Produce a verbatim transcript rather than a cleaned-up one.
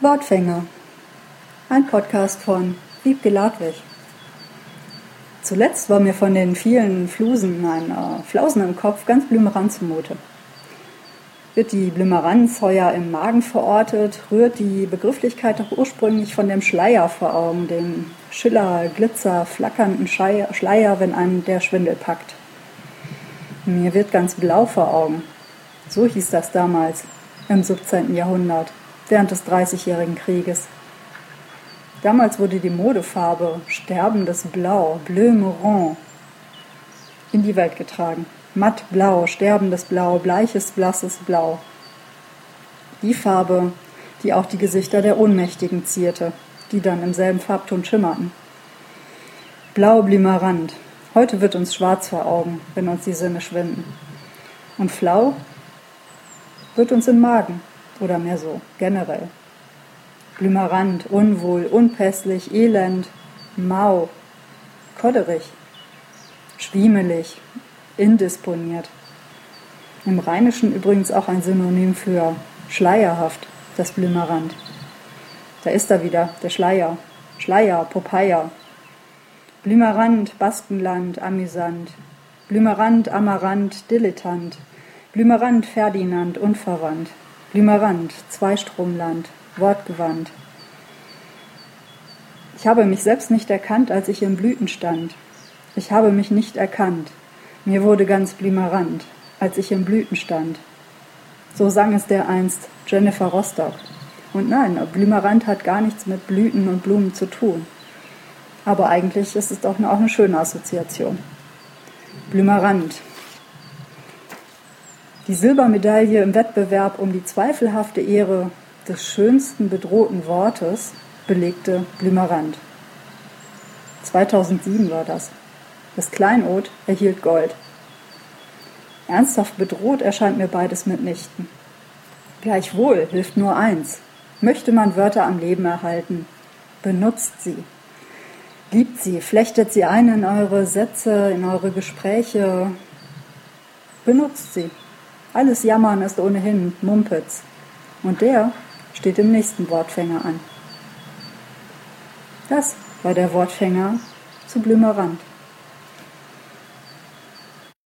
Wortfänger, ein Podcast von Wiebke Ladwig. Zuletzt war mir von den vielen Flusen, nein, äh, Flausen im Kopf ganz Blümerand zumute. Wird die Blümeranz heuer im Magen verortet, rührt die Begrifflichkeit doch ursprünglich von dem Schleier vor Augen, dem Schiller, Glitzer, flackernden Schleier, wenn einem der Schwindel packt. Mir wird ganz blau vor Augen. So hieß das damals, im siebzehnten Jahrhundert, während des Dreißigjährigen Krieges. Damals wurde die Modefarbe sterbendes Blau, Bleu Marron, in die Welt getragen. Mattblau, sterbendes Blau, bleiches, blasses Blau. Die Farbe, die auch die Gesichter der Ohnmächtigen zierte, die dann im selben Farbton schimmerten. Blau Blümerand. Heute wird uns schwarz vor Augen, wenn uns die Sinne schwinden. Und flau wird uns im Magen, oder mehr so, generell. Blümerand, unwohl, unpässlich, elend, mau, kodderig, schwiemelig, indisponiert. Im Rheinischen übrigens auch ein Synonym für schleierhaft, das Blümerand. Da ist er wieder, der Schleier, Schleier, Popeye. Blümerand, Baskenland, amüsant. Blümerand, Amarant, dilettant. Blümerand, Ferdinand, unverwandt. Blümerand, Zweistromland, wortgewandt. Ich habe mich selbst nicht erkannt, als ich in Blüten stand. Ich habe mich nicht erkannt. Mir wurde ganz blümerant, als ich in Blüten stand. So sang es dereinst Jennifer Rostock. Und nein, Blümerand hat gar nichts mit Blüten und Blumen zu tun. Aber eigentlich ist es doch auch eine schöne Assoziation. Blümerand. Die Silbermedaille im Wettbewerb um die zweifelhafte Ehre des schönsten bedrohten Wortes belegte Blümerand. zweitausendsieben war das. Das Kleinod erhielt Gold. Ernsthaft bedroht erscheint mir beides mitnichten. Gleichwohl hilft nur eins. Möchte man Wörter am Leben erhalten, benutzt sie. Liebt sie, flechtet sie ein in eure Sätze, in eure Gespräche. Benutzt sie. Alles Jammern ist ohnehin Mumpitz. Und der steht im nächsten Wortfänger an. Das war der Wortfänger zu Blümerand.